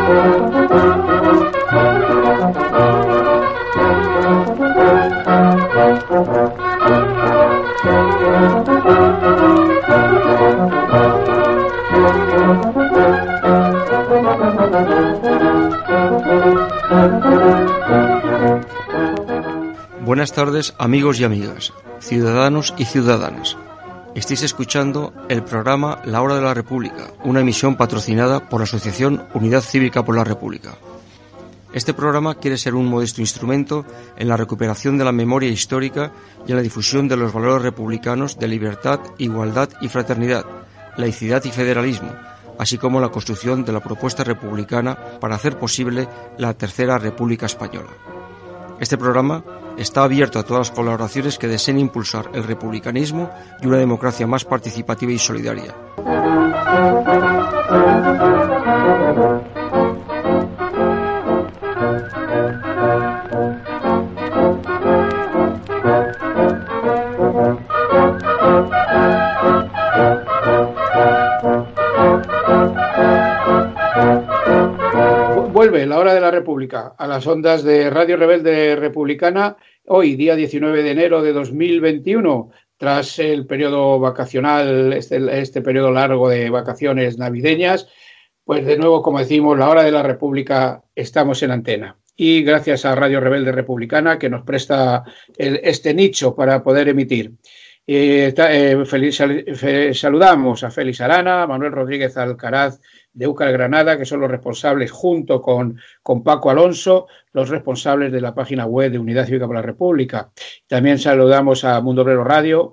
Buenas tardes, amigos y amigas, ciudadanos y ciudadanas. Estáis escuchando el programa La Hora de la República, una emisión patrocinada por la Asociación Unidad Cívica por la República. Este programa quiere ser un modesto instrumento en la recuperación de la memoria histórica y en la difusión de los valores republicanos de libertad, igualdad y fraternidad, laicidad y federalismo, así como la construcción de la propuesta republicana para hacer posible la Tercera República Española. Este programa está abierto a todas las colaboraciones que deseen impulsar el republicanismo y una democracia más participativa y solidaria. Vuelve la Hora de la República a las ondas de Radio Rebelde Republicana, hoy día 19 de enero de 2021, tras el periodo vacacional, este periodo largo de vacaciones navideñas. Pues de nuevo, como decimos, la Hora de la República, estamos en antena. Y gracias a Radio Rebelde Republicana, que nos presta este nicho para poder emitir. Saludamos a Félix Arana, a Manuel Rodríguez Alcaraz de UCAL Granada, que son los responsables, junto con Paco Alonso, los responsables de la página web de Unidad Cívica por la República. También saludamos a Mundo Obrero Radio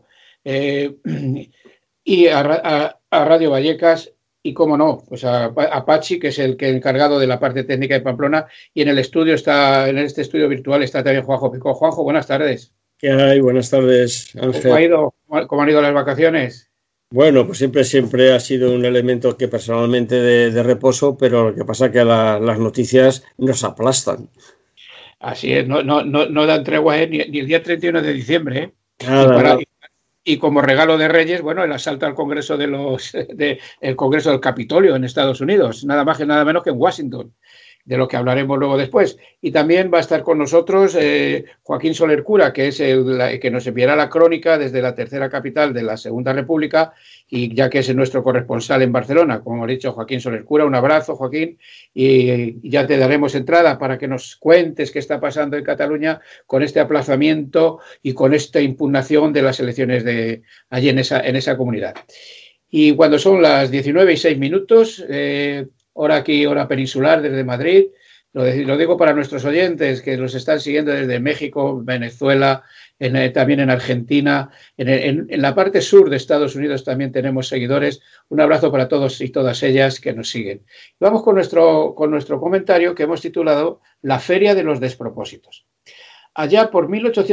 y a Radio Vallecas y, cómo no, pues a Pachi, que es el encargado de la parte técnica de Pamplona, y en este estudio virtual está también Juanjo Picó. Juanjo, buenas tardes. ¿Qué hay? Buenas tardes, Ángel. ¿Cómo han ido las vacaciones? Bueno, pues siempre ha sido un elemento que personalmente de reposo, pero lo que pasa es que las noticias nos aplastan. Así es, no dan tregua ni el día 31 de diciembre. Y como regalo de Reyes, bueno, el asalto al Congreso el Congreso del Capitolio en Estados Unidos, nada más que nada menos que en Washington, de lo que hablaremos luego después. Y también va a estar con nosotros Joaquín Soler Cura, que es el que nos enviará la crónica desde la tercera capital de la Segunda República, y ya que es nuestro corresponsal en Barcelona, como hemos dicho, Joaquín Soler Cura. Un abrazo, Joaquín, y ya te daremos entrada para que nos cuentes qué está pasando en Cataluña con este aplazamiento y con esta impugnación de las elecciones de allí en esa comunidad. Y cuando son las 19:06, hora aquí, hora peninsular desde Madrid, lo digo para nuestros oyentes que nos están siguiendo desde México, Venezuela, también en Argentina, en la parte sur de Estados Unidos también tenemos seguidores. Un abrazo para todos y todas ellas que nos siguen. Vamos con nuestro comentario que hemos titulado La Feria de los Despropósitos. Allá por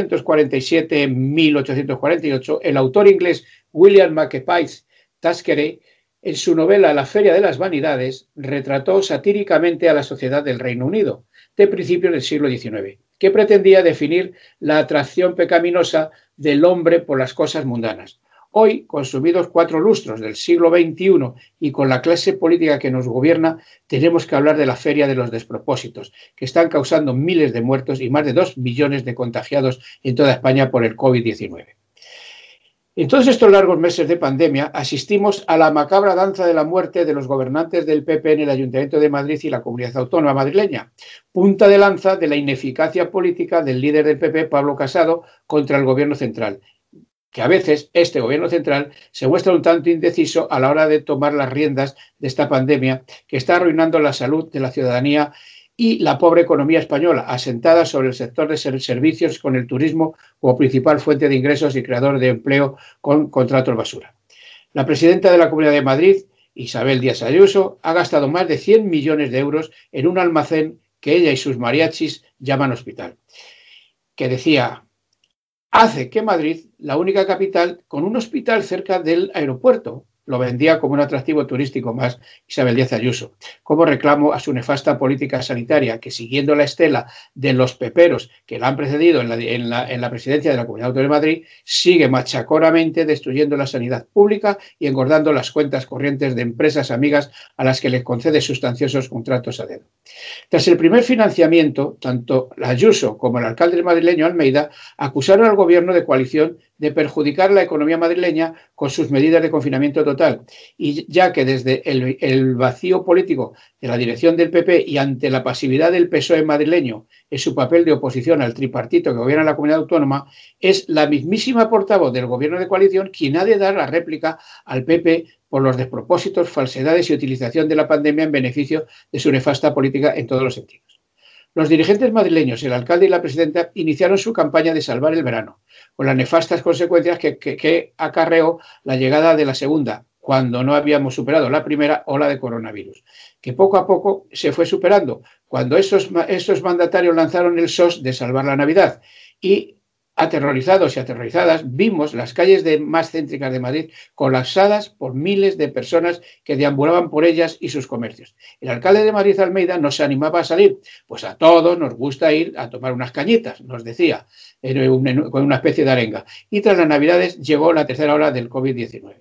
1847-1848, el autor inglés William Makepeace Thackeray, en su novela La Feria de las Vanidades, retrató satíricamente a la sociedad del Reino Unido de principios del siglo XIX, que pretendía definir la atracción pecaminosa del hombre por las cosas mundanas. Hoy, consumidos 4 lustros del siglo XXI y con la clase política que nos gobierna, tenemos que hablar de la Feria de los Despropósitos, que están causando miles de muertos y más de 2 millones de contagiados en toda España por el COVID-19. En todos estos largos meses de pandemia asistimos a la macabra danza de la muerte de los gobernantes del PP en el Ayuntamiento de Madrid y la Comunidad Autónoma madrileña, punta de lanza de la ineficacia política del líder del PP, Pablo Casado, contra el gobierno central, que a veces este gobierno central se muestra un tanto indeciso a la hora de tomar las riendas de esta pandemia que está arruinando la salud de la ciudadanía y la pobre economía española, asentada sobre el sector de servicios, con el turismo como principal fuente de ingresos y creador de empleo con contratos basura. La presidenta de la Comunidad de Madrid, Isabel Díaz Ayuso, ha gastado más de 100 millones de euros en un almacén que ella y sus mariachis llaman hospital, que decía: hace que Madrid, la única capital con un hospital cerca del aeropuerto, lo vendía como un atractivo turístico más Isabel Díaz Ayuso, como reclamo a su nefasta política sanitaria, que siguiendo la estela de los peperos que la han precedido en la presidencia de la Comunidad Autónoma de Madrid, sigue machaconamente destruyendo la sanidad pública y engordando las cuentas corrientes de empresas amigas a las que le concede sustanciosos contratos a dedo. Tras el primer financiamiento, tanto la Ayuso como el alcalde madrileño Almeida acusaron al gobierno de coalición de perjudicar la economía madrileña con sus medidas de confinamiento total, y ya que desde el vacío político de la dirección del PP y ante la pasividad del PSOE madrileño en su papel de oposición al tripartito que gobierna la comunidad autónoma, es la mismísima portavoz del gobierno de coalición quien ha de dar la réplica al PP por los despropósitos, falsedades y utilización de la pandemia en beneficio de su nefasta política en todos los sentidos. Los dirigentes madrileños, el alcalde y la presidenta iniciaron su campaña de salvar el verano, con las nefastas consecuencias que acarreó la llegada de la segunda, cuando no habíamos superado la primera ola de coronavirus, que poco a poco se fue superando, cuando estos mandatarios lanzaron el SOS de salvar la Navidad y aterrorizados y aterrorizadas, vimos las calles más céntricas de Madrid colapsadas por miles de personas que deambulaban por ellas y sus comercios. El alcalde de Madrid, Almeida, nos animaba a salir. Pues a todos nos gusta ir a tomar unas cañitas, nos decía, con una especie de arenga. Y tras las Navidades llegó la tercera ola del COVID-19.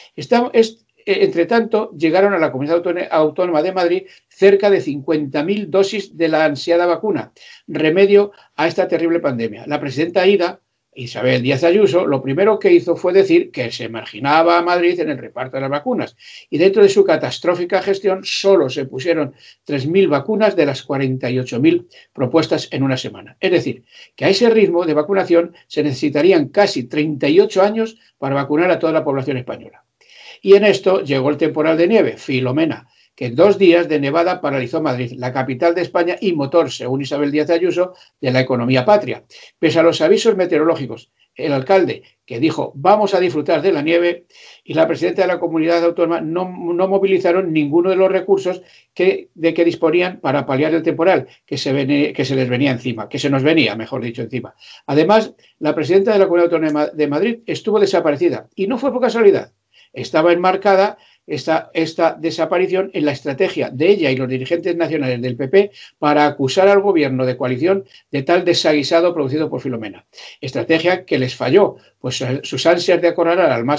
Entre tanto, llegaron a la Comunidad Autónoma de Madrid cerca de 50.000 dosis de la ansiada vacuna, remedio a esta terrible pandemia. La presidenta Isabel Díaz Ayuso, lo primero que hizo fue decir que se marginaba a Madrid en el reparto de las vacunas, y dentro de su catastrófica gestión solo se pusieron 3.000 vacunas de las 48.000 propuestas en una semana. Es decir, que a ese ritmo de vacunación se necesitarían casi 38 años para vacunar a toda la población española. Y en esto llegó el temporal de nieve, Filomena, que en 2 días de nevada paralizó Madrid, la capital de España y motor, según Isabel Díaz Ayuso, de la economía patria. Pese a los avisos meteorológicos, el alcalde, que dijo vamos a disfrutar de la nieve, y la presidenta de la comunidad autónoma no movilizaron ninguno de los recursos de que disponían para paliar el temporal que se les venía encima, que se nos venía, mejor dicho, encima. Además, la presidenta de la Comunidad Autónoma de Madrid estuvo desaparecida, y no fue por casualidad. Estaba enmarcada esta desaparición en la estrategia de ella y los dirigentes nacionales del PP para acusar al gobierno de coalición de tal desaguisado producido por Filomena. Estrategia que les falló, pues sus ansias de acorralar al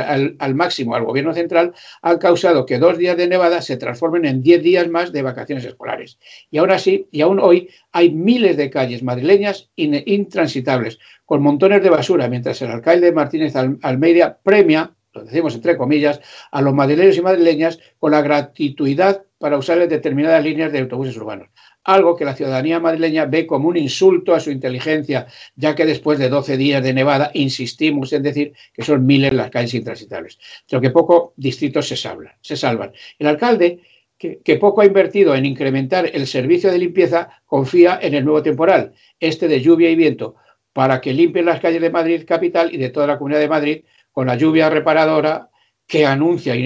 máximo al gobierno central han causado que 2 días de nevada se transformen en 10 días más de vacaciones escolares. Y aún así, y aún hoy, hay miles de calles madrileñas intransitables, con montones de basura, mientras el alcalde Martínez Almeida premia, lo decimos entre comillas, a los madrileños y madrileñas con la gratuidad para usar determinadas líneas de autobuses urbanos. Algo que la ciudadanía madrileña ve como un insulto a su inteligencia, ya que después de 12 días de nevada insistimos en decir que son miles las calles intransitables, de lo que pocos distritos se salvan. El alcalde, que poco ha invertido en incrementar el servicio de limpieza, confía en el nuevo temporal, de lluvia y viento, para que limpien las calles de Madrid capital y de toda la Comunidad de Madrid con la lluvia reparadora que anuncia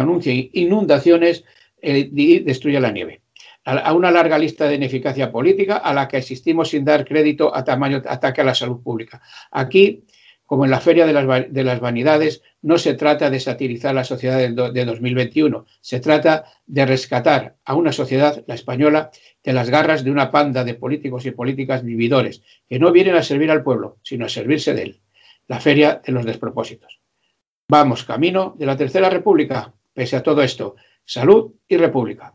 inundaciones y destruye la nieve. A una larga lista de ineficacia política a la que asistimos sin dar crédito a tamaño ataque a la salud pública. Aquí, como en la Feria de las Vanidades, no se trata de satirizar la sociedad de 2021, se trata de rescatar a una sociedad, la española, de las garras de una panda de políticos y políticas vividores, que no vienen a servir al pueblo, sino a servirse de él. La Feria de los Despropósitos. Vamos camino de la Tercera República, pese a todo esto. Salud y República.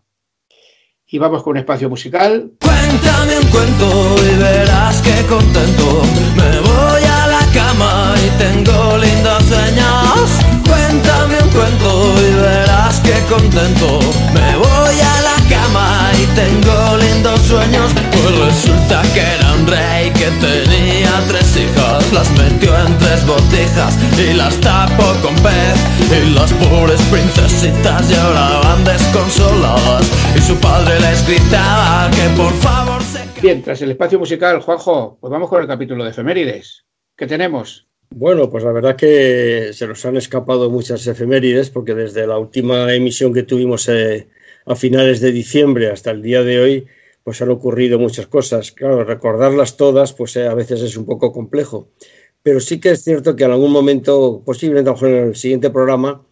Y vamos con un espacio musical. Cuéntame un cuento y verás qué contento. Me voy a la cama y tengo lindos sueños. Cuéntame un cuento y verás qué contento. Me voy a la cama y tengo lindos sueños. Pues resulta que era un rey que tenía 3 hijas. Las metió en 3 botijas y las tapó con pez. Y las pobres princesitas lloraban desconsoladas. Y su padre les gritaba que por favor se... Bien, tras el espacio musical, Juanjo, pues vamos con el capítulo de efemérides. ¿Qué tenemos? Bueno, pues la verdad que se nos han escapado muchas efemérides porque desde la última emisión que tuvimos a finales de diciembre hasta el día de hoy, pues han ocurrido muchas cosas. Claro, recordarlas todas pues a veces es un poco complejo, pero sí que es cierto que en algún momento, posiblemente a lo mejor en el siguiente programa,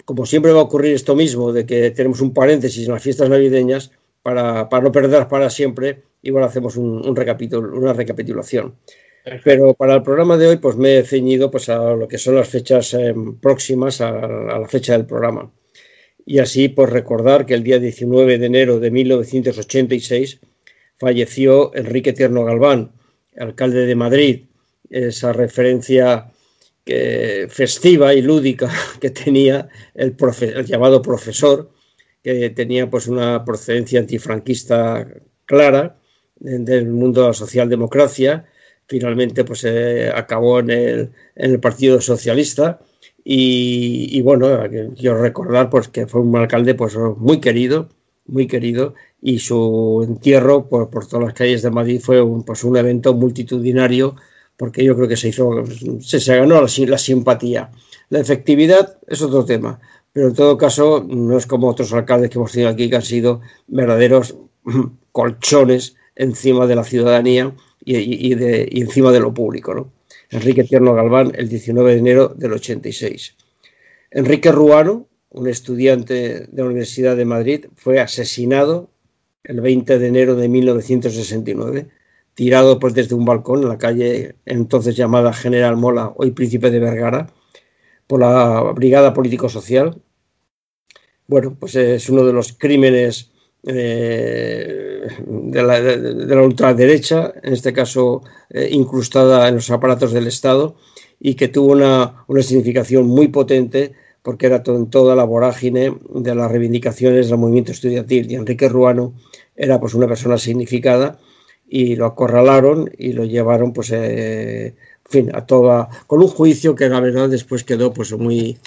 como siempre va a ocurrir esto mismo, de que tenemos un paréntesis en las fiestas navideñas, para no perder para siempre, igual hacemos una recapitulación. Perfecto. Pero para el programa de hoy pues me he ceñido pues a lo que son las fechas próximas a la fecha del programa. Y así pues recordar que el día 19 de enero de 1986 falleció Enrique Tierno Galván, alcalde de Madrid. Esa referencia festiva y lúdica que tenía el llamado profesor, que tenía pues una procedencia antifranquista clara del mundo de la socialdemocracia. Finalmente pues acabó en el Partido Socialista y bueno, quiero recordar pues que fue un alcalde pues muy querido, y su entierro por todas las calles de Madrid fue un evento multitudinario, porque yo creo que se ganó la simpatía. La efectividad es otro tema, pero en todo caso no es como otros alcaldes que hemos tenido aquí, que han sido verdaderos colchones encima de la ciudadanía y encima de lo público, ¿no? Enrique Tierno Galván, el 19 de enero del 86. Enrique Ruano, un estudiante de la Universidad de Madrid, fue asesinado el 20 de enero de 1969, tirado pues desde un balcón en la calle entonces llamada General Mola, hoy Príncipe de Vergara, por la Brigada Político-Social. Bueno, pues es uno de los crímenes de la ultraderecha, en este caso incrustada en los aparatos del Estado, y que tuvo una significación muy potente, porque era toda la vorágine de las reivindicaciones del movimiento estudiantil, y Enrique Ruano era pues una persona significada, y lo acorralaron y lo llevaron pues en fin, con un juicio que la verdad después quedó pues muy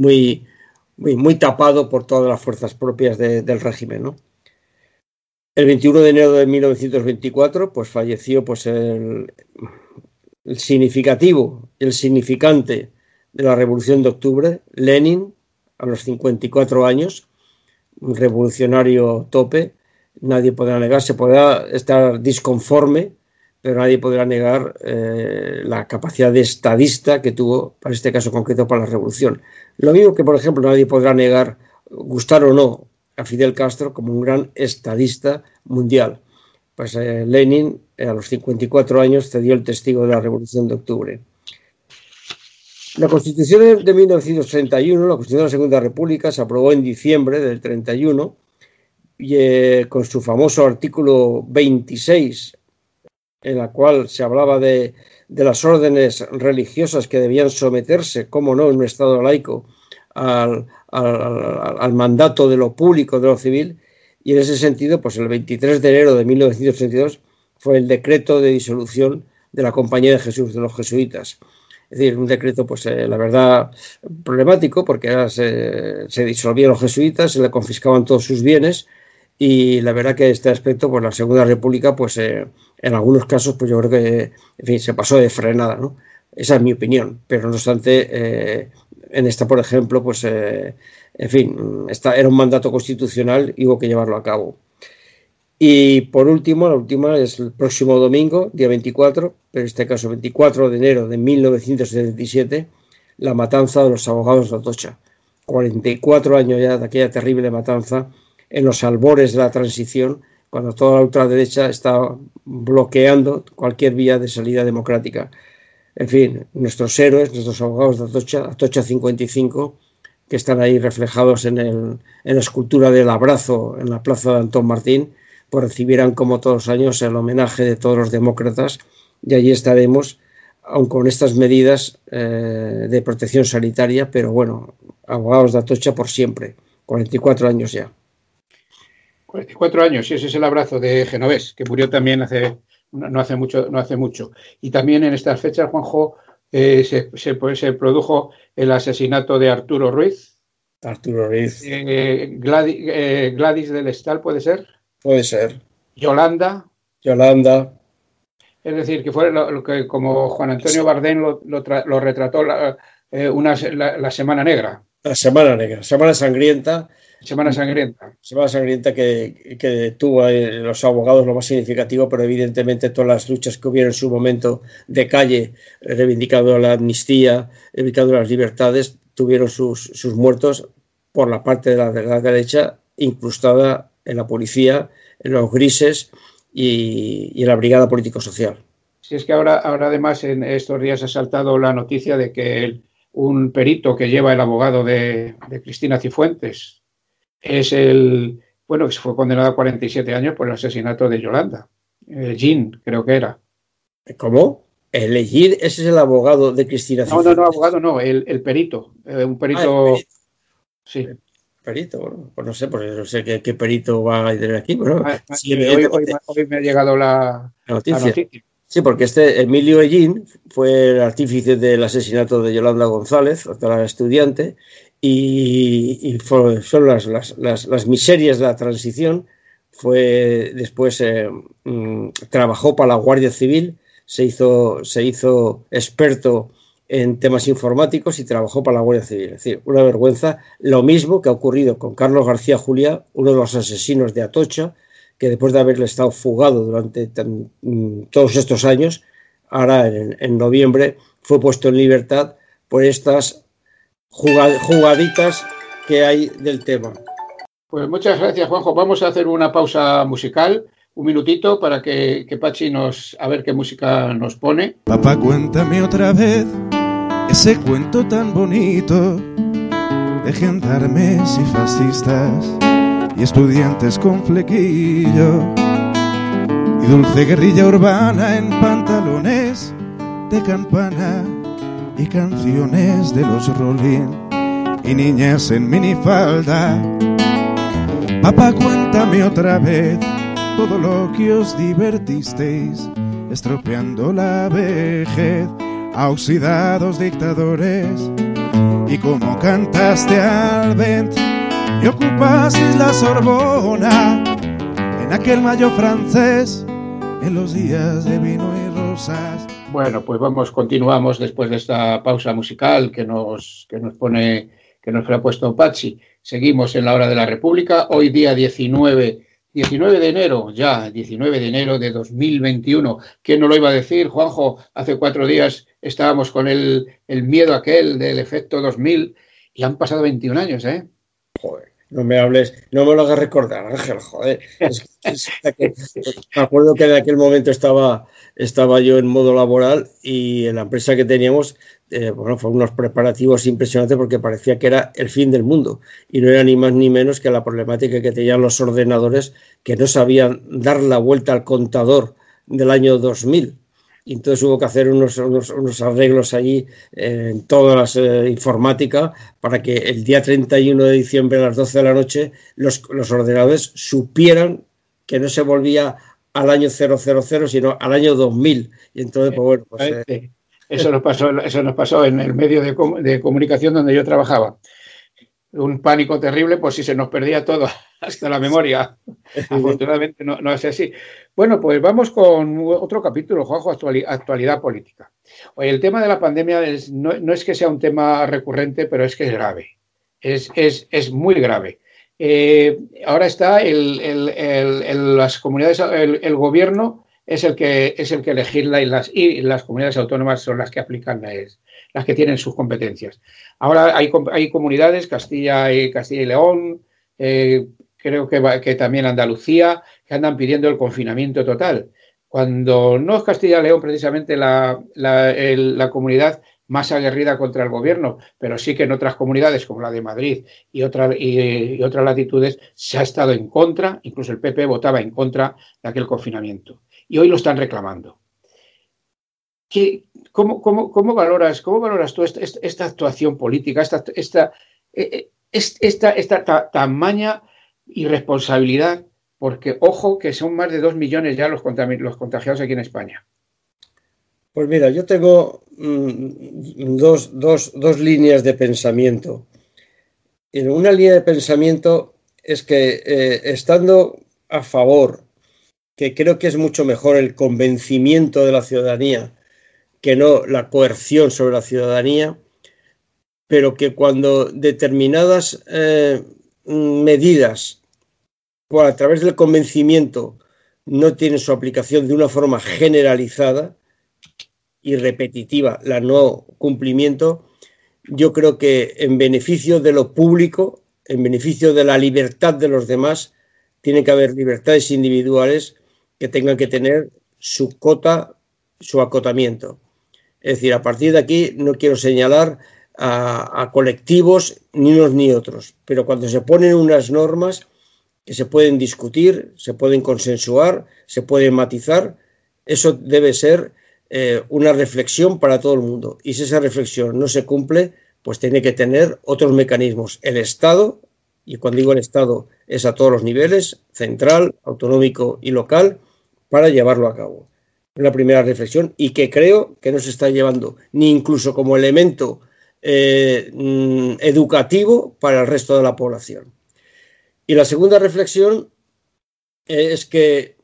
tapado por todas las fuerzas propias del régimen, ¿no? El 21 de enero de 1924 pues falleció pues el significativo, el significante de la Revolución de Octubre, Lenin, a los 54 años, un revolucionario tope. Nadie podrá negar, se podrá estar disconforme, pero nadie podrá negar la capacidad de estadista que tuvo, para este caso concreto, para la revolución. Lo mismo que, por ejemplo, nadie podrá negar, gustar o no, a Fidel Castro como un gran estadista mundial. Pues Lenin, a los 54 años, cedió el testigo de la Revolución de Octubre. La Constitución de 1931, la Constitución de la Segunda República, se aprobó en diciembre del 31, y con su famoso artículo 26, en la cual se hablaba de las órdenes religiosas que debían someterse, como no, en un Estado laico, al mandato de lo público, de lo civil, y en ese sentido, pues el 23 de enero de 1932 fue el decreto de disolución de la Compañía de Jesús, de los jesuitas. Es decir, un decreto, pues la verdad, problemático, porque se disolvían los jesuitas, se le confiscaban todos sus bienes, y la verdad que este aspecto, pues la Segunda República, pues en algunos casos, pues yo creo que, en fin, se pasó de frenada, ¿no? Esa es mi opinión, pero no obstante, en esta, por ejemplo, pues, en fin, era un mandato constitucional y hubo que llevarlo a cabo. Y por último, la última es el próximo domingo, día 24, pero en este caso 24 de enero de 1977, la matanza de los abogados de Atocha. 44 años ya de aquella terrible matanza, en los albores de la transición, cuando toda la ultraderecha está bloqueando cualquier vía de salida democrática. En fin, nuestros héroes, nuestros abogados de Atocha 55, que están ahí reflejados en la escultura del abrazo en la plaza de Antón Martín, pues recibirán como todos los años el homenaje de todos los demócratas, y allí estaremos, aun con estas medidas de protección sanitaria, pero bueno, abogados de Atocha por siempre, 44 años ya. 44 años, y ese es el abrazo de Genovés, que murió también no hace mucho. Y también en estas fechas, Juanjo, se produjo el asesinato de Arturo Ruiz. Gladys del Estal, ¿puede ser? Puede ser. Yolanda. Es decir, que fue lo que, como Juan Antonio Bardén lo retrató la Semana Negra. La Semana Negra, Semana Sangrienta. Semana Sangrienta que tuvo los abogados lo más significativo, pero evidentemente todas las luchas que hubieron en su momento de calle, reivindicando la amnistía, reivindicando las libertades, tuvieron sus muertos, por la parte de la derecha, incrustada en la policía, en los grises y en la brigada político-social. Si es que ahora además en estos días ha saltado la noticia de que un perito que lleva el abogado de Cristina Cifuentes es que fue condenado a 47 años por el asesinato de Yolanda. Jean, creo que era. ¿Cómo? ¿El Jean, ese es el abogado de Cristina Cifuentes? No, abogado no, el perito. Un perito. Sí. Perito, bueno, pues no sé qué perito va a tener aquí, pero sí, hoy me ha llegado la noticia. Sí, porque Emilio Ellín fue el artífice del asesinato de Yolanda González, otra estudiante, y son las miserias de la transición. Después trabajó para la Guardia Civil, se hizo experto en temas informáticos y trabajó para la Guardia Civil. Es decir, una vergüenza. Lo mismo que ha ocurrido con Carlos García Juliá, uno de los asesinos de Atocha, que después de haberle estado fugado durante todos estos años, ahora en noviembre fue puesto en libertad por estas jugaditas que hay del tema. Pues muchas gracias, Juanjo. Vamos a hacer una pausa musical, un minutito, para que Pachi a ver qué música nos pone. Papá, cuéntame otra vez ese cuento tan bonito de gendarmes y fascistas y estudiantes con flequillo y dulce guerrilla urbana en pantalones de campana y canciones de los Rolling y niñas en minifalda. Papá, cuéntame otra vez todo lo que os divertisteis estropeando la vejez a oxidados dictadores y cómo cantaste al vent y ocupasteis la Sorbona en aquel mayo francés en los días de vino y rosas. Bueno, pues continuamos después de esta pausa musical que nos ha puesto Pachi. Seguimos en la Hora de la República, hoy día 19 de enero, ya 19 de enero de 2021. ¿Quién no lo iba a decir, Juanjo? Hace 4 días estábamos con el miedo aquel del efecto 2000 y han pasado 21 años, ¿eh? Joder, no me lo hagas recordar, Ángel, joder. Me acuerdo que en aquel momento estaba yo en modo laboral y en la empresa que teníamos, fue unos preparativos impresionantes porque parecía que era el fin del mundo y no era ni más ni menos que la problemática que tenían los ordenadores que no sabían dar la vuelta al contador del año 2000. Y entonces hubo que hacer unos arreglos allí en toda la informática para que el día 31 de diciembre a las 12 de la noche los ordenadores supieran que no se volvía al año 000, sino al año 2000. Y entonces, eso nos pasó en el medio de comunicación donde yo trabajaba. Un pánico terrible por si se nos perdía todo, hasta la memoria. Afortunadamente no es así. Bueno, pues vamos con otro capítulo, Juanjo, actualidad política. Oye, el tema de la pandemia no es que sea un tema recurrente, pero es que es grave. Es muy grave. Ahora está las comunidades, el gobierno es el que legisla y las comunidades autónomas son las que aplican las que tienen sus competencias. Ahora hay comunidades, Castilla y León, creo que también Andalucía, que andan pidiendo el confinamiento total. Cuando no es Castilla y León precisamente la comunidad más aguerrida contra el gobierno, pero sí que en otras comunidades como la de Madrid y otras latitudes se ha estado en contra, incluso el PP votaba en contra de aquel confinamiento. Y hoy lo están reclamando. ¿Cómo valoras tú esta actuación política, esta tamaña irresponsabilidad? Porque, ojo, que son más de 2 millones ya los contagiados aquí en España. Pues mira, yo tengo dos líneas de pensamiento. En una línea de pensamiento es que estando a favor, que creo que es mucho mejor el convencimiento de la ciudadanía que no la coerción sobre la ciudadanía, pero que cuando determinadas medidas a través del convencimiento no tienen su aplicación de una forma generalizada y repetitiva, la no cumplimiento, yo creo que en beneficio de lo público en beneficio de la libertad de los demás, tiene que haber libertades individuales que tengan que tener su cota, su acotamiento. Es decir, a partir de aquí no quiero señalar a colectivos ni unos ni otros, pero cuando se ponen unas normas que se pueden discutir, se pueden consensuar, se pueden matizar, eso debe ser una reflexión para todo el mundo. Y si esa reflexión no se cumple, pues tiene que tener otros mecanismos. El Estado, y cuando digo el Estado es a todos los niveles, central, autonómico y local, para llevarlo a cabo. Una primera reflexión, y que creo que no se está llevando ni incluso como elemento educativo para el resto de la población. Y la segunda reflexión es que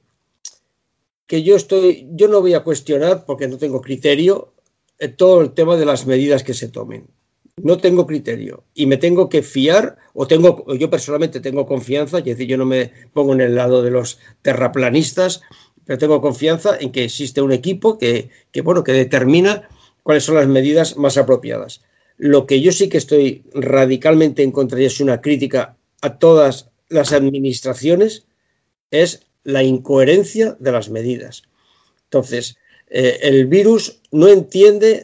yo no voy a cuestionar, porque no tengo criterio, todo el tema de las medidas que se tomen. No tengo criterio y me tengo que fiar, yo personalmente tengo confianza, es decir, yo no me pongo en el lado de los terraplanistas, pero tengo confianza en que existe un equipo que determina cuáles son las medidas más apropiadas. Lo que yo sí que estoy radicalmente en contra, y es una crítica a todas las administraciones, es la incoherencia de las medidas. Entonces, el virus no entiende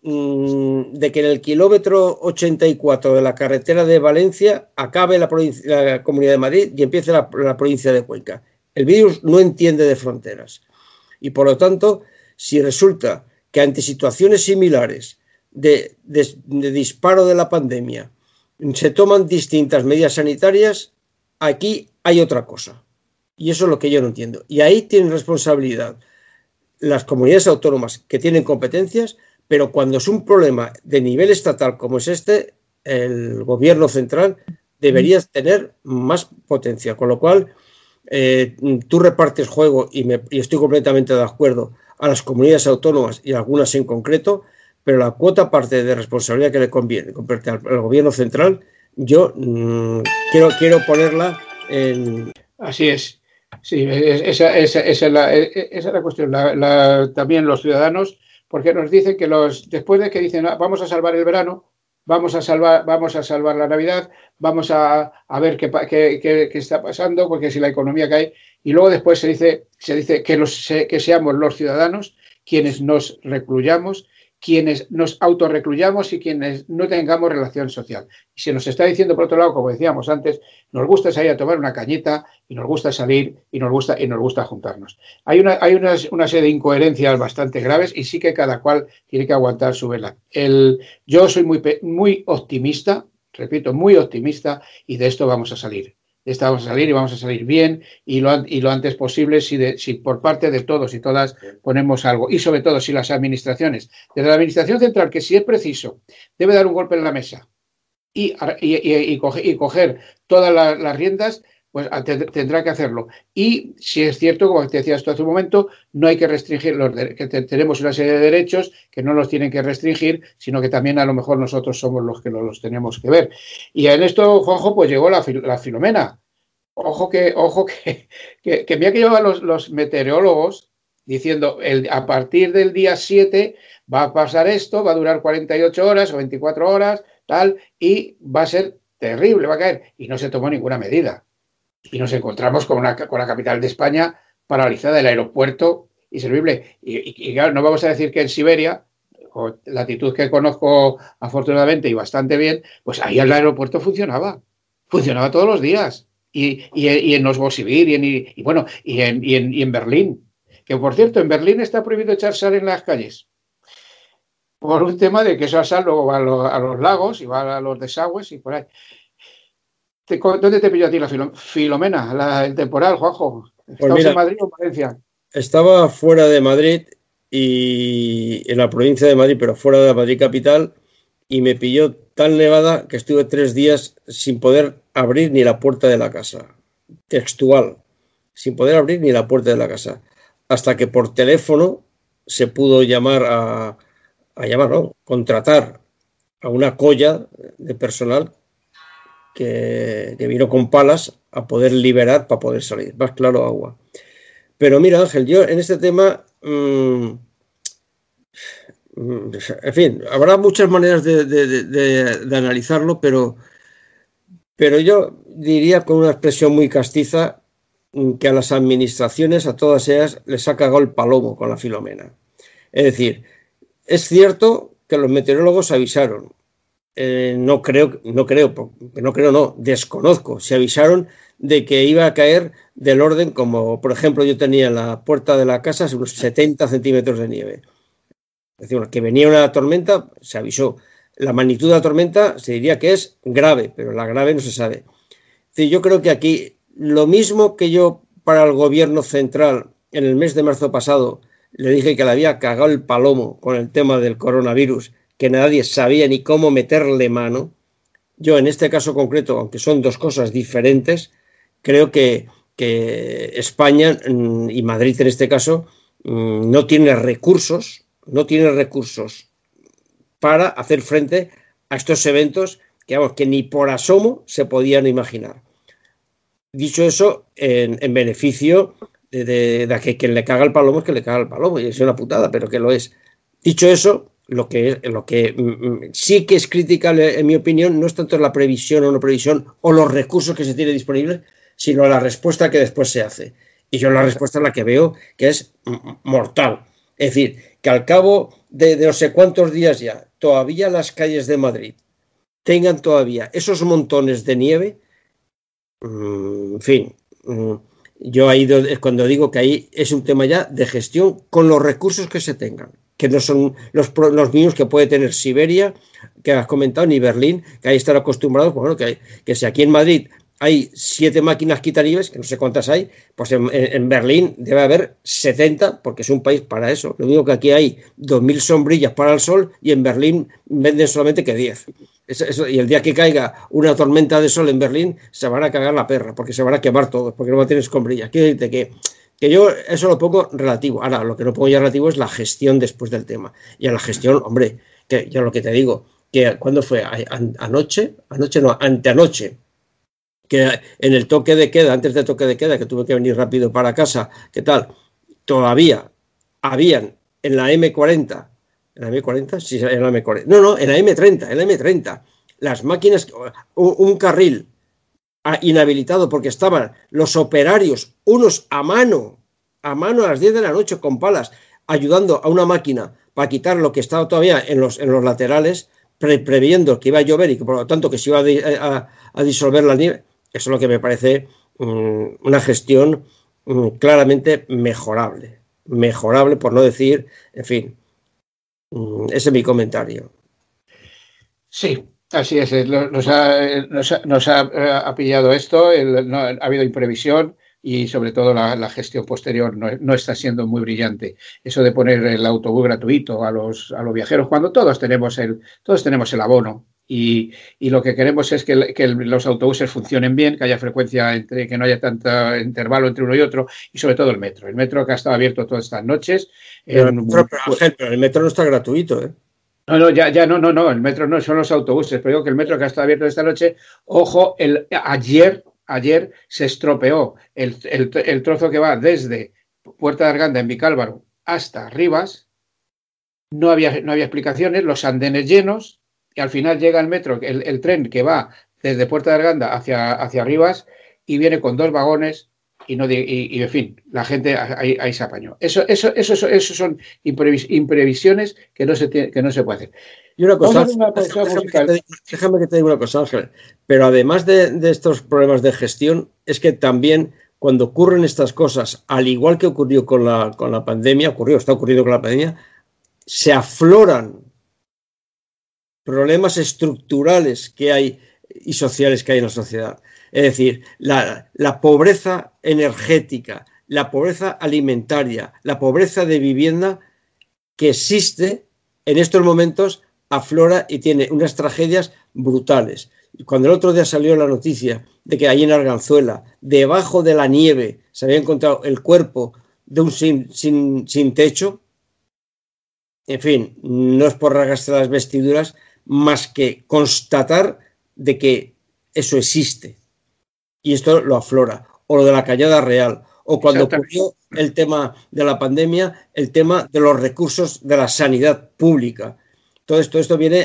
de que en el kilómetro 84 de la carretera de Valencia acabe la Comunidad de Madrid y empiece la provincia de Cuenca. El virus no entiende de fronteras. Y por lo tanto, si resulta que ante situaciones similares de disparo de la pandemia se toman distintas medidas sanitarias, aquí hay otra cosa. Y eso es lo que yo no entiendo. Y ahí tienen responsabilidad las comunidades autónomas que tienen competencias, pero cuando es un problema de nivel estatal como es este, el gobierno central debería tener más potencia. Con lo cual, tú repartes juego, y estoy completamente de acuerdo, a las comunidades autónomas y algunas en concreto, pero la cuota parte de responsabilidad que le conviene al gobierno central, yo quiero ponerla en... Así es. Sí, esa es la cuestión. También los ciudadanos, porque nos dicen que después de que dicen vamos a salvar el verano, vamos a salvar la Navidad, vamos a ver qué está pasando, porque si la economía cae, y luego después se dice que seamos los ciudadanos quienes nos recluyamos, quienes nos autorrecluyamos y quienes no tengamos relación social. Y se nos está diciendo, por otro lado, como decíamos antes, nos gusta salir a tomar una cañita y nos gusta salir y nos gusta juntarnos. Hay una serie de incoherencias bastante graves y sí que cada cual tiene que aguantar su vela. Yo soy muy optimista, repito, muy optimista, y de esto vamos a salir. Vamos a salir y vamos a salir bien y lo antes posible si por parte de todos y todas ponemos algo, y sobre todo si las administraciones, desde la administración central, que si es preciso debe dar un golpe en la mesa y coger todas las riendas, pues tendrá que hacerlo. Y si es cierto, como te decías tú hace un momento, no hay que restringir que tenemos una serie de derechos que no los tienen que restringir, sino que también a lo mejor nosotros somos los que los tenemos que ver. Y en esto, Juanjo, pues llegó la Filomena. Ojo que mira que llevan los meteorólogos diciendo a partir del día 7 va a pasar esto, va a durar 48 horas o 24 horas, tal, y va a ser terrible, va a caer. Y no se tomó ninguna medida. Y nos encontramos con la capital de España paralizada, el aeropuerto inservible. Y claro, no vamos a decir que en Siberia, con la latitud que conozco afortunadamente y bastante bien, pues ahí el aeropuerto funcionaba todos los días. Y en Novosibir y en Berlín. Que por cierto, en Berlín está prohibido echar sal en las calles. Por un tema de que esa sal luego va a los lagos y va a los desagües y por ahí. ¿Dónde te pilló a ti la Filomena, el temporal, Juanjo? ¿Estabas en Madrid o en Valencia? Estaba fuera de Madrid y en la provincia de Madrid, pero fuera de la Madrid capital, y me pilló tan nevada que estuve 3 días sin poder abrir ni la puerta de la casa. Textual, sin poder abrir ni la puerta de la casa. Hasta que por teléfono se pudo contratar a una colla de personal que vino con palas a poder liberar para poder salir. Más claro, agua. Pero mira, Ángel, yo en este tema, en fin, habrá muchas maneras de analizarlo, pero pero yo diría con una expresión muy castiza que a las administraciones, a todas ellas, les ha cagado el palomo con la Filomena. Es decir, es cierto que los meteorólogos avisaron. Desconozco. Se avisaron de que iba a caer del orden, como por ejemplo yo tenía en la puerta de la casa unos 70 centímetros de nieve. Es decir, que venía una tormenta, se avisó. La magnitud de la tormenta se diría que es grave, pero la grave no se sabe. Es decir, yo creo que aquí lo mismo que yo para el gobierno central en el mes de marzo pasado le dije que le había cagado el palomo con el tema del coronavirus, que nadie sabía ni cómo meterle mano. Yo en este caso concreto, aunque son dos cosas diferentes, creo que España y Madrid en este caso no tiene recursos para hacer frente a estos eventos que ni por asomo se podían imaginar. Dicho eso, en beneficio de que quien le caga el palomo es que le caga el palomo, y es una putada, pero que lo es. Dicho eso, lo que sí que es criticable, en mi opinión, no es tanto la previsión o no previsión o los recursos que se tienen disponibles, sino la respuesta que después se hace. Y yo la respuesta es la que veo que es mortal. Es decir, que al cabo de no sé cuántos días ya, todavía las calles de Madrid tengan todavía esos montones de nieve, en fin, yo ahí es cuando digo que ahí es un tema ya de gestión con los recursos que se tengan, que no son los mismos que puede tener Siberia, que has comentado, ni Berlín, que ahí están acostumbrados, bueno, que si aquí en Madrid hay 7 máquinas quitanieves, que no sé cuántas hay, pues en Berlín debe haber 70, porque es un país para eso. Lo único que aquí hay 2.000 sombrillas para el sol y en Berlín venden solamente que 10. Y el día que caiga una tormenta de sol en Berlín se van a cagar la perra, porque se van a quemar todos, porque no van a tener sombrillas. Quiero decirte que yo eso lo pongo relativo. Ahora, lo que no pongo ya relativo es la gestión después del tema. Y a la gestión, hombre, que yo lo que te digo, que ¿cuándo fue? Anteanoche, que en el toque de queda, antes del toque de queda, que tuve que venir rápido para casa, ¿qué tal? Todavía habían en la M40, ¿en la M40? Sí, en la M40. No, en la M30, las máquinas, un carril inhabilitado porque estaban los operarios, unos a mano a las 10 de la noche con palas, ayudando a una máquina para quitar lo que estaba todavía en los laterales, previendo que iba a llover y que por lo tanto que se iba a disolver la nieve. Eso es lo que me parece una gestión claramente mejorable, por no decir, en fin, ese es mi comentario. Sí, así es, nos ha pillado esto, ha habido imprevisión y sobre todo la gestión posterior no está siendo muy brillante. Eso de poner el autobús gratuito a los viajeros cuando todos tenemos el abono. Y lo que queremos es que los autobuses funcionen bien, que haya frecuencia, que no haya tanto intervalo entre uno y otro, y sobre todo el metro. El metro que ha estado abierto todas estas noches. Pero el metro no está gratuito, ¿eh? No, el metro no, son los autobuses, pero digo que el metro que ha estado abierto esta noche, ojo, ayer se estropeó el trozo que va desde Puerta de Arganda en Vicálvaro hasta Rivas, no había explicaciones, los andenes llenos, y al final llega el metro, el tren que va desde Puerta de Arganda hacia Rivas y viene con 2 vagones y en fin, la gente ahí se apañó. Eso son imprevisiones que no se puede hacer. Y una cosa, déjame que te diga una cosa, Ángel, pero además de estos problemas de gestión, es que también cuando ocurren estas cosas, al igual que ocurrió está ocurriendo con la pandemia, se afloran problemas estructurales que hay y sociales que hay en la sociedad. Es decir, la pobreza energética, la pobreza alimentaria, la pobreza de vivienda que existe en estos momentos aflora y tiene unas tragedias brutales. Cuando el otro día salió la noticia de que allí en Arganzuela, debajo de la nieve, se había encontrado el cuerpo de un sin techo, en fin, no es por rasgarse las vestiduras, más que constatar de que eso existe. Y esto lo aflora. O lo de la Cañada Real. O cuando ocurrió el tema de la pandemia, el tema de los recursos de la sanidad pública. Todo esto viene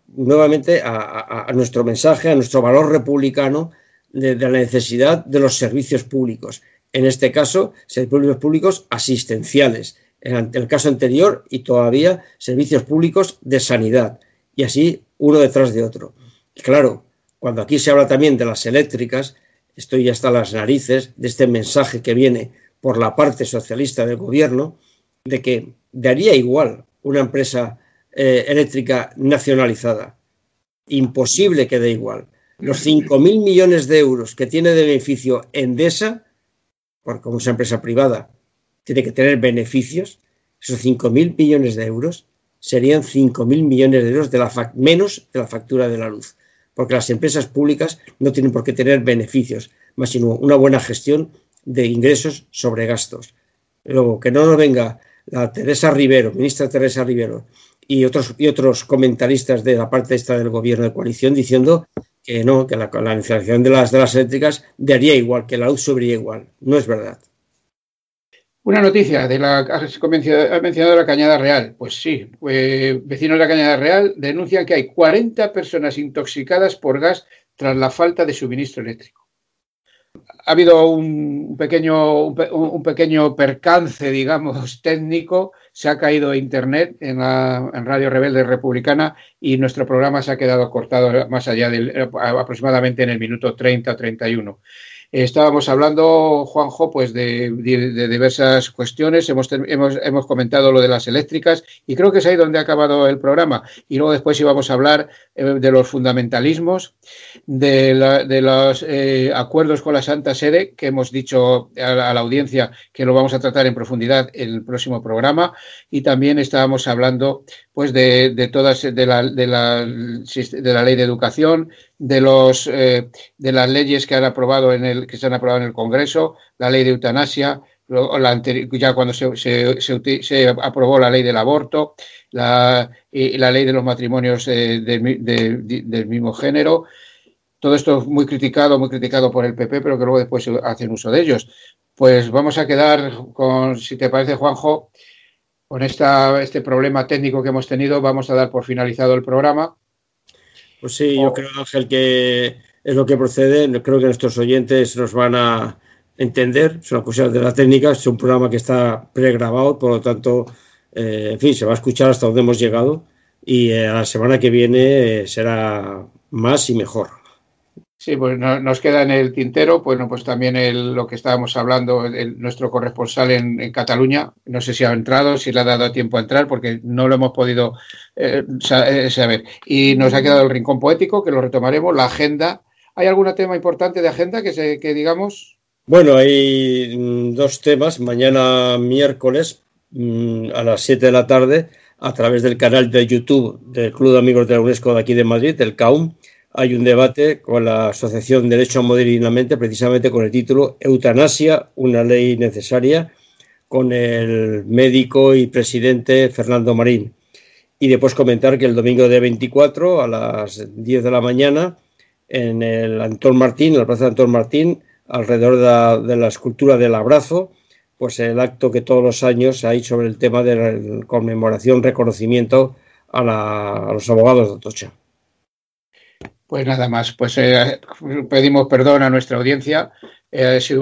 nuevamente a nuestro mensaje, a nuestro valor republicano de la necesidad de los servicios públicos. En este caso, servicios públicos asistenciales. En el caso anterior y todavía servicios públicos de sanidad. Y así uno detrás de otro. Y claro, cuando aquí se habla también de las eléctricas, estoy ya hasta las narices de este mensaje que viene por la parte socialista del gobierno de que daría igual una empresa eléctrica nacionalizada. Imposible que dé igual. Los 5.000 millones de euros que tiene de beneficio Endesa, porque como es una empresa privada, tiene que tener beneficios, esos 5.000 millones de euros serían 5.000 millones de euros menos de la factura de la luz, porque las empresas públicas no tienen por qué tener beneficios, más sino una buena gestión de ingresos sobre gastos. Luego, que no nos venga la Teresa Rivero, ministra Teresa Rivero, y otros comentaristas de la parte esta del gobierno de coalición diciendo que no, que la nacionalización de las eléctricas daría igual, que la luz subiría igual. No es verdad. Una noticia ha mencionado la Cañada Real. Pues sí, vecinos de la Cañada Real denuncian que hay 40 personas intoxicadas por gas tras la falta de suministro eléctrico. Ha habido un pequeño percance, digamos, técnico. Se ha caído internet en Radio Rebelde Republicana y nuestro programa se ha quedado cortado más allá aproximadamente en el minuto 30 o 31. Estábamos hablando, Juanjo, pues de diversas cuestiones. Hemos comentado lo de las eléctricas y creo que es ahí donde ha acabado el programa. Y luego después íbamos a hablar de los fundamentalismos, de los acuerdos con la Santa Sede, que hemos dicho a la audiencia que lo vamos a tratar en profundidad en el próximo programa. Y también estábamos hablando pues de la ley de educación, de las leyes que se han aprobado en el Congreso, la ley de eutanasia, ya cuando se aprobó la ley del aborto, la ley de los matrimonios del mismo género. Todo esto muy criticado por el PP, pero que luego después hacen uso de ellos. Pues vamos a quedar con, si te parece, Juanjo, con este problema técnico que hemos tenido. Vamos a dar por finalizado el programa. Pues sí, yo creo, Ángel, que es lo que procede. Creo que nuestros oyentes nos van a entender. Son cosas de la técnica. Es un programa que está pregrabado, por lo tanto, en fin, se va a escuchar hasta donde hemos llegado y a la semana que viene será más y mejor. Sí, pues nos queda en el tintero, pues también lo que estábamos hablando, nuestro corresponsal en Cataluña, no sé si ha entrado, si le ha dado tiempo a entrar, porque no lo hemos podido saber. Y nos ha quedado el rincón poético, que lo retomaremos, la agenda. ¿Hay algún tema importante de agenda que digamos? Bueno, hay dos temas. Mañana miércoles a las 7 de la tarde, a través del canal de YouTube del Club de Amigos de la UNESCO de aquí de Madrid, el CAUM, hay un debate con la Asociación Derecho a Morir Dignamente, precisamente con el título Eutanasia, una ley necesaria, con el médico y presidente Fernando Marín. Y después comentar que el domingo de 24 a las 10 de la mañana en el Antón Martín, en la plaza de Antón Martín, alrededor de la escultura del abrazo, pues el acto que todos los años hay sobre el tema de la conmemoración, reconocimiento a los abogados de Atocha. Pues nada más, pues pedimos perdón a nuestra audiencia. Ha sido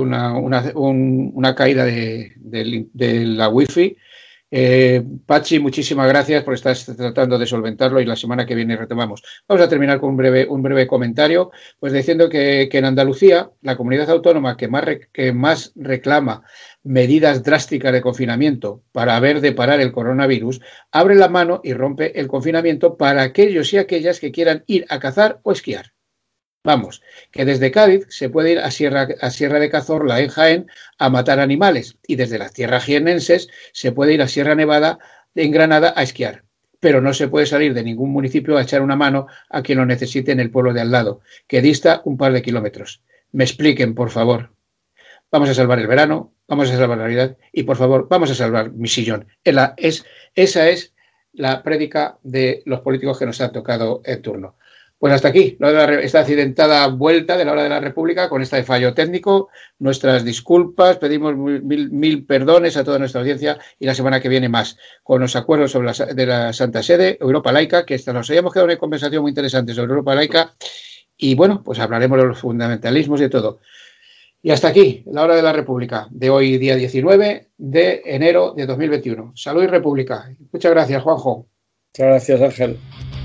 una caída de la wifi. Pachi, muchísimas gracias por estar tratando de solventarlo y la semana que viene retomamos. Vamos a terminar con un breve comentario, pues diciendo que en Andalucía, la comunidad autónoma que más reclama medidas drásticas de confinamiento para haber de parar el coronavirus, abre la mano y rompe el confinamiento para aquellos y aquellas que quieran ir a cazar o esquiar. Vamos, que desde Cádiz se puede ir a Sierra de Cazorla, en Jaén, a matar animales, y desde las tierras jiennenses se puede ir a Sierra Nevada, en Granada, a esquiar. Pero no se puede salir de ningún municipio a echar una mano a quien lo necesite en el pueblo de al lado, que dista un par de kilómetros. Me expliquen, por favor. Vamos a salvar el verano, vamos a salvar la Navidad y, por favor, vamos a salvar mi sillón. Esa es la prédica de los políticos que nos han tocado en turno. Pues Pues hasta aquí esta accidentada vuelta de la hora de la República con este fallo técnico. Nuestras disculpas, pedimos mil perdones a toda nuestra audiencia y la semana que viene más con los acuerdos sobre de la Santa Sede, Europa Laica, que nos habíamos quedado en una conversación muy interesante sobre Europa Laica y bueno, pues hablaremos de los fundamentalismos y de todo. Y hasta aquí, la hora de la República, de hoy día 19 de enero de 2021. Salud y República. Muchas gracias, Juanjo. Muchas gracias, Ángel.